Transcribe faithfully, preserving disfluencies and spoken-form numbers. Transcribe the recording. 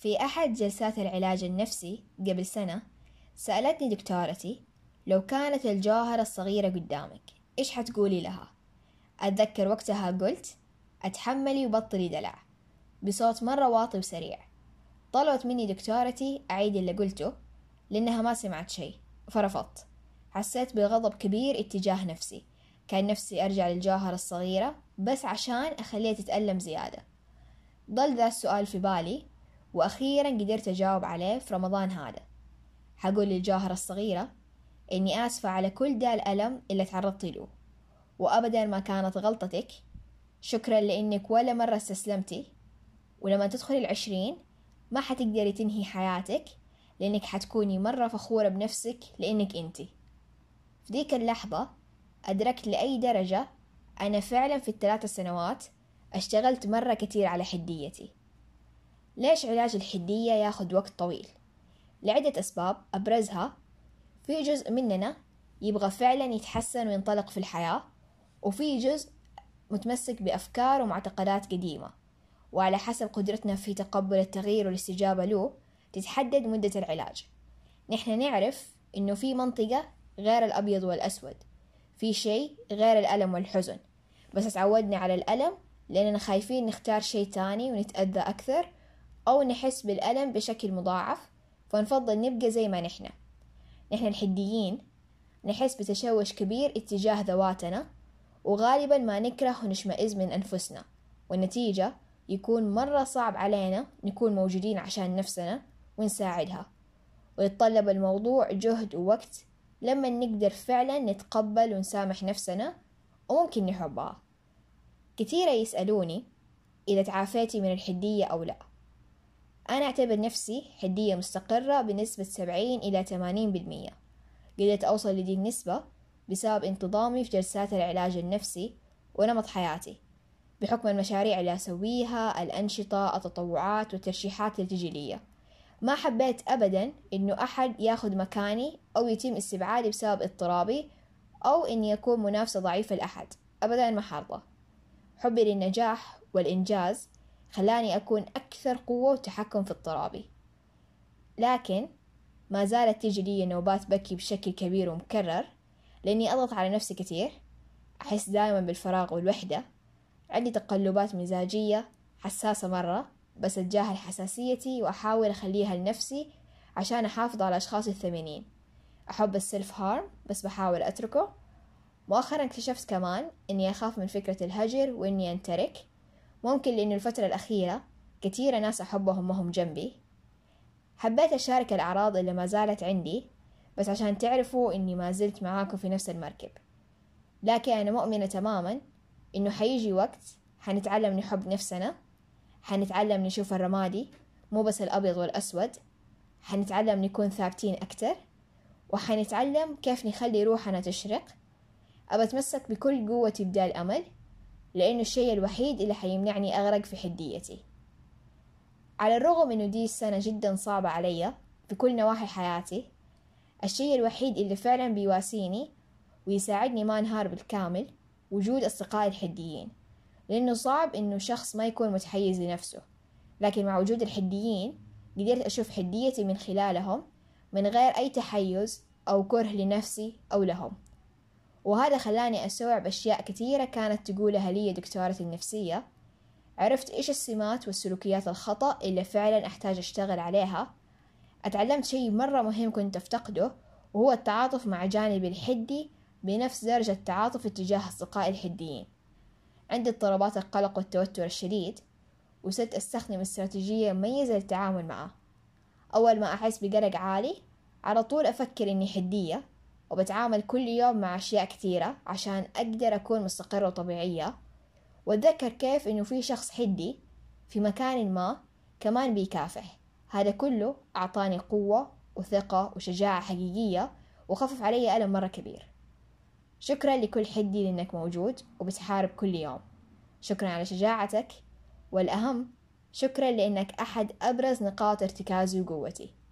في أحد جلسات العلاج النفسي قبل سنة سألتني دكتورتي لو كانت الجوهرة الصغيرة قدامك إيش حتقولي لها؟ أتذكر وقتها قلت أتحملي وبطلي دلع بصوت مرة واطي وسريع. طلبت مني دكتورتي أعيد اللي قلته لأنها ما سمعت شيء فرفضت. حسيت بغضب كبير اتجاه نفسي، كان نفسي أرجع للجوهرة الصغيرة بس عشان أخليها تتألم زيادة. ضل ذا السؤال في بالي وأخيرا قدرت أجاوب عليه في رمضان هذا. حقول للجوهرة الصغيرة إني آسفة على كل دا الألم اللي تعرضتي له، وأبدا ما كانت غلطتك. شكرا لأنك ولا مرة استسلمتي، ولما تدخلي العشرين ما حتقدري تنهي حياتك لأنك حتكوني مرة فخورة بنفسك لأنك أنتي. في ديك اللحظة أدركت لأي درجة أنا فعلا في الثلاث سنوات اشتغلت مرة كتير على حديتي. ليش علاج الحدية ياخد وقت طويل؟ لعدة أسباب، أبرزها في جزء مننا يبغى فعلا يتحسن وينطلق في الحياة، وفي جزء متمسك بأفكار ومعتقدات قديمة، وعلى حسب قدرتنا في تقبل التغيير والاستجابة له تتحدد مدة العلاج. نحن نعرف إنه في منطقة غير الأبيض والأسود، في شيء غير الألم والحزن، بس تعودنا على الألم لأننا خايفين نختار شيء تاني ونتأذى أكثر أو نحس بالألم بشكل مضاعف، فنفضل نبقى زي ما نحن. نحن الحديين نحس بتشوش كبير اتجاه ذواتنا، وغالبا ما نكره ونشمئز من أنفسنا، والنتيجة يكون مرة صعب علينا نكون موجودين عشان نفسنا ونساعدها، ويتطلب الموضوع جهد ووقت لما نقدر فعلا نتقبل ونسامح نفسنا وممكن نحبها. كثيرة يسألوني إذا تعافيتي من الحدية أو لا. أنا أعتبر نفسي حدية مستقرة بنسبة سبعين إلى ثمانين بالمية. قدرت أوصل لدي النسبة بسبب انتظامي في جلسات العلاج النفسي ونمط حياتي، بحكم المشاريع اللي أسويها، الأنشطة، التطوعات والترشيحات اللي تجي لي. ما حبيت أبدا إنه أحد ياخد مكاني أو يتم استبعادي بسبب اضطرابي أو إني أكون منافسة ضعيفة لأحد، أبدا ما حرضى. حبي للنجاح والإنجاز خلاني أكون أكثر قوة وتحكم في اضطرابي، لكن ما زالت تيجي لي نوبات بكي بشكل كبير ومكرر لأني أضغط على نفسي كتير، أحس دائما بالفراغ والوحدة، عندي تقلبات مزاجية حساسة مرة، بس أتجاهل حساسيتي وأحاول أخليها لنفسي عشان أحافظ على أشخاص الثمينين. أحب السيلف هارم بس بحاول أتركه. مؤخرا اكتشفت كمان إني أخاف من فكرة الهجر وإني أنترك، ممكن لأن الفترة الأخيرة كتير ناس أحبهم وهم جنبي. حبيت أشارك الأعراض اللي ما زالت عندي بس عشان تعرفوا إني ما زلت معاكم في نفس المركب، لكن أنا مؤمنة تماما إنه حيجي وقت حنتعلم نحب نفسنا، حنتعلم نشوف الرمادي مو بس الأبيض والأسود، حنتعلم نكون ثابتين أكتر، وحنتعلم كيف نخلي روحنا تشرق. أبى أتمسك بكل قوتي بدال الأمل، لأنه الشيء الوحيد اللي حيمنعني أغرق في حديتي. على الرغم إنه دي السنة جدا صعبة علي في كل نواحي حياتي، الشيء الوحيد اللي فعلا بيواسيني ويساعدني ما انهار بالكامل وجود أصدقائي الحديين، لأنه صعب إنه شخص ما يكون متحيز لنفسه، لكن مع وجود الحديين قدرت أشوف حديتي من خلالهم من غير أي تحيز أو كره لنفسي أو لهم. وهذا خلاني أستوعب أشياء كثيرة كانت تقولها لي دكتورة النفسية. عرفت إيش السمات والسلوكيات الخطأ اللي فعلا أحتاج أشتغل عليها. أتعلمت شيء مرة مهم كنت أفتقده، وهو التعاطف مع جانبي الحدي بنفس درجة التعاطف اتجاه أصدقائي الحديين. عندي اضطرابات القلق والتوتر الشديد، وصرت أستخدم استراتيجية مميزة للتعامل معه. أول ما أحس بقلق عالي على طول أفكر إني حدية، وبتعامل كل يوم مع أشياء كثيرة عشان أقدر أكون مستقرة وطبيعية، وأتذكر كيف إنه في شخص حدي في مكان ما كمان بيكافح. هذا كله أعطاني قوة وثقة وشجاعة حقيقية، وخفف علي ألم مرة كبير. شكرا لكل حدي لأنك موجود وبتحارب كل يوم. شكرا على شجاعتك، والأهم شكرا لأنك أحد أبرز نقاط ارتكازي وقوتي.